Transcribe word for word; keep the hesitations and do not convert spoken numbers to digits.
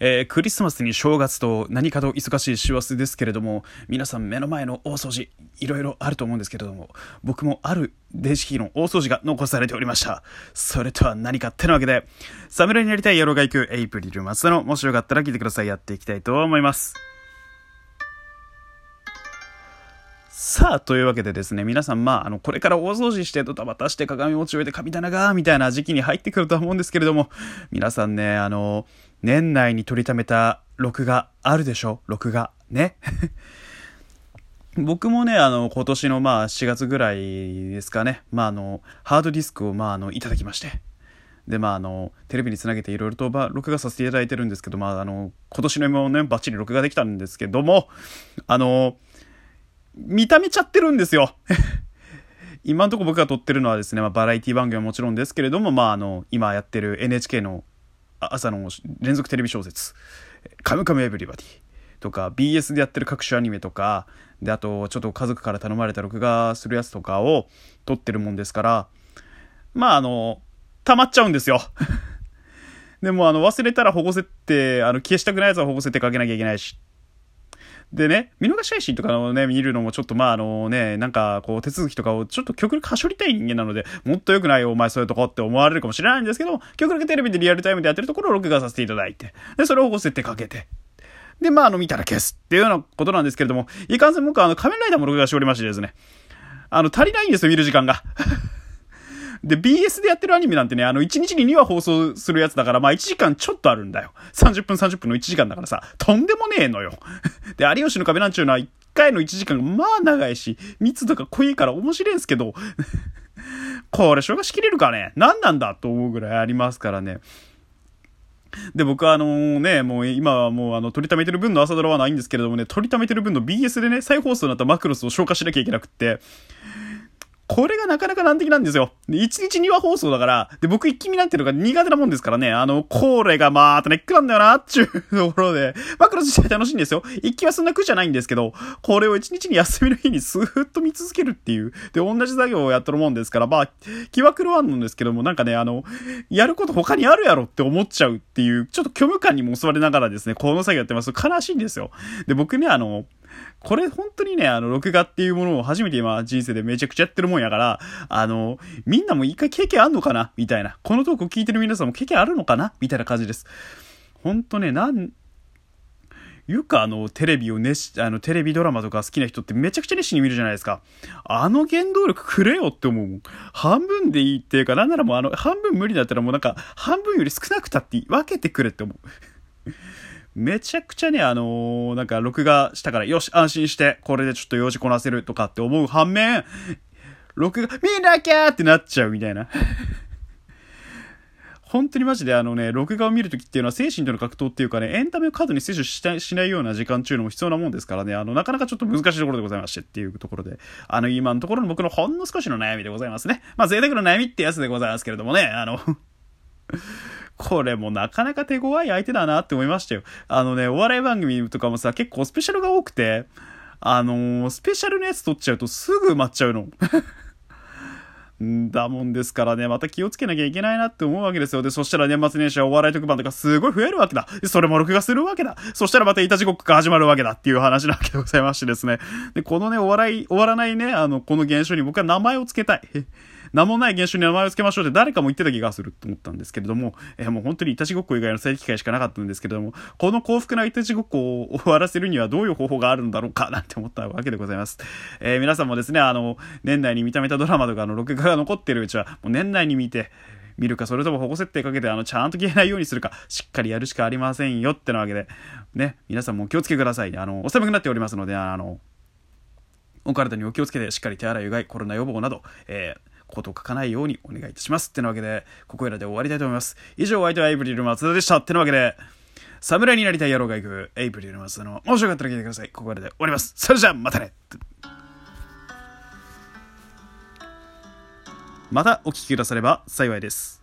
えー、クリスマスに正月と何かと忙しい師走ですけれども、皆さん目の前の大掃除いろいろあると思うんですけれども、僕もある電子機器の大掃除が残されておりました。それとは何かってなわけで、侍になりたい野郎が行くエイプリル松田の、もしよかったら聞いてください。やっていきたいと思います。さあ、というわけでですね、皆さん、まあ、あの、これから大掃除してドタバタして鏡餅を置いて神棚が、みたいな時期に入ってくるとは思うんですけれども、皆さんね、あの、年内に取りためた録画あるでしょ？録画。ね。僕もね、あの、今年のまあしがつぐらいですかね、まああの、ハードディスクをまああの、いただきまして。で、まああの、テレビにつなげていろいろとまあ録画させていただいてるんですけど、まああの、今年の エムワン をね、バッチリ録画できたんですけども、あの、見た目ちゃってるんですよ。今のところ僕が撮ってるのはですね、まあ、バラエティ番組はもちろんですけれども、まああの、今やってる エヌエイチケー の朝の連続テレビ小説カムカムエヴリバディとか ビーエス でやってる各種アニメとかで、あとちょっと家族から頼まれた録画するやつとかを撮ってるもんですから、まああの溜まっちゃうんですよ。でもあの忘れたら保護設定、あの消したくないやつは保護設定かけなきゃいけないし、でね、見逃し配信とかをね、見るのもちょっとまああのね、なんかこう手続きとかをちょっと極力はしょりたい人間なので、もっと良くないよお前そういうとこって思われるかもしれないんですけど、極力テレビでリアルタイムでやってるところを録画させていただいて、で、それを保護設定かけて、で、まああの見たら消すっていうようなことなんですけれども、いかんせん僕はあの仮面ライダーも録画しておりましてですね、あの足りないんですよ、見る時間が。で、ビーエス でやってるアニメなんてね、あの、いちにちににわ放送するやつだから、まあいちじかんちょっとあるんだよ。さんじゅっぷんさんじゅっぷんのいちじかんだからさ、とんでもねえのよ。で、有吉の壁なんちゅうのはいっかいのいちじかんがまあ長いし、密度が濃いから面白いんすけど、これ消化しきれるかね？何なんだと思うぐらいありますからね。で、僕はあのね、もう今はもうあの、取りためてる分の朝ドラはないんですけれどもね、取りためてる分の ビーエス でね、再放送になったマクロスを消化しなきゃいけなくって、これがなかなか難敵なんですよ。いちにちにわ放送だから、で、僕一気見なんていうのが苦手なもんですからね、あの、これがまーたネックなんだよな、っちゅうところで、マクロス自体楽しいんですよ。一気はそんな苦じゃないんですけど、これを一日に休みの日にスーッと見続けるっていう、で、同じ作業をやってるもんですから、まあ、気は狂わんのですけども、なんかね、あの、やること他にあるやろって思っちゃうっていう、ちょっと虚無感にも襲われながらですね、この作業やってますと悲しいんですよ。で、僕ね、あの、これ本当にね、あの、録画っていうものを初めて今人生でめちゃくちゃやってるもんやから、あの、みんなも一回経験あんのかなみたいな。このトークを聞いてる皆さんも経験あるのかなみたいな感じです。本当ね、なん、いうかあの、テレビを熱し、あの、テレビドラマとか好きな人ってめちゃくちゃ熱心に見るじゃないですか。あの原動力くれよって思う。半分でいいっていうか、なんならもうあの、半分無理だったらもうなんか、半分より少なくたって分けてくれって思う。めちゃくちゃね、あのー、なんか録画したから、よし、安心して、これでちょっと用事こなせるとかって思う反面、録画、見なきゃーってなっちゃうみたいな。本当にマジであのね、録画を見るときっていうのは精神との格闘っていうかね、エンタメを過度に摂取したしないような時間っていうのも必要なもんですからね、あの、なかなかちょっと難しいところでございましてっていうところで、あの、今のところの僕のほんの少しの悩みでございますね。まあ、贅沢な悩みってやつでございますけれどもね、あの、これもなかなか手強い相手だなって思いましたよ。あのね、お笑い番組とかもさ、結構スペシャルが多くて、あのー、スペシャルのやつ撮っちゃうとすぐ埋まっちゃうの。だもんですからね、また気をつけなきゃいけないなって思うわけですよ。で、そしたら年末年始はお笑い特番とかすごい増えるわけだ。で、それも録画するわけだ。そしたらまたいたちごっこが始まるわけだっていう話なわけでございましてですね。で、このね、お笑い、終わらないね、あの、この現象に僕は名前をつけたい。名もない現象に名前をつけましょうって誰かも言ってた気がすると思ったんですけれども、えー、もう本当にいたちごっこ以外の最適機会しかなかったんですけれども、この幸福ないたちごっこを終わらせるにはどういう方法があるんだろうかなんて思ったわけでございます。えー、皆さんもですね、あの、年内に見ためたドラマとかの録画が残ってるうちは、もう年内に見て、見るか、それとも保護設定かけて、あの、ちゃんと消えないようにするか、しっかりやるしかありませんよってなわけで、ね、皆さんも気をつけください。あの、お寒くなっておりますので、あの、お体にお気をつけて、しっかり手洗い、うがい、コロナ予防など、えー、ことを書かないようにお願いいたします。ってなわけで、ここらで終わりたいと思います。以上、お相手はエイプリル松田でした。ってなわけで、侍になりたい野郎が行く、エイプリル松田の、もしよかったら聞いてください。ここらで終わります。それじゃあ、またね。またお聞きくだされば幸いです。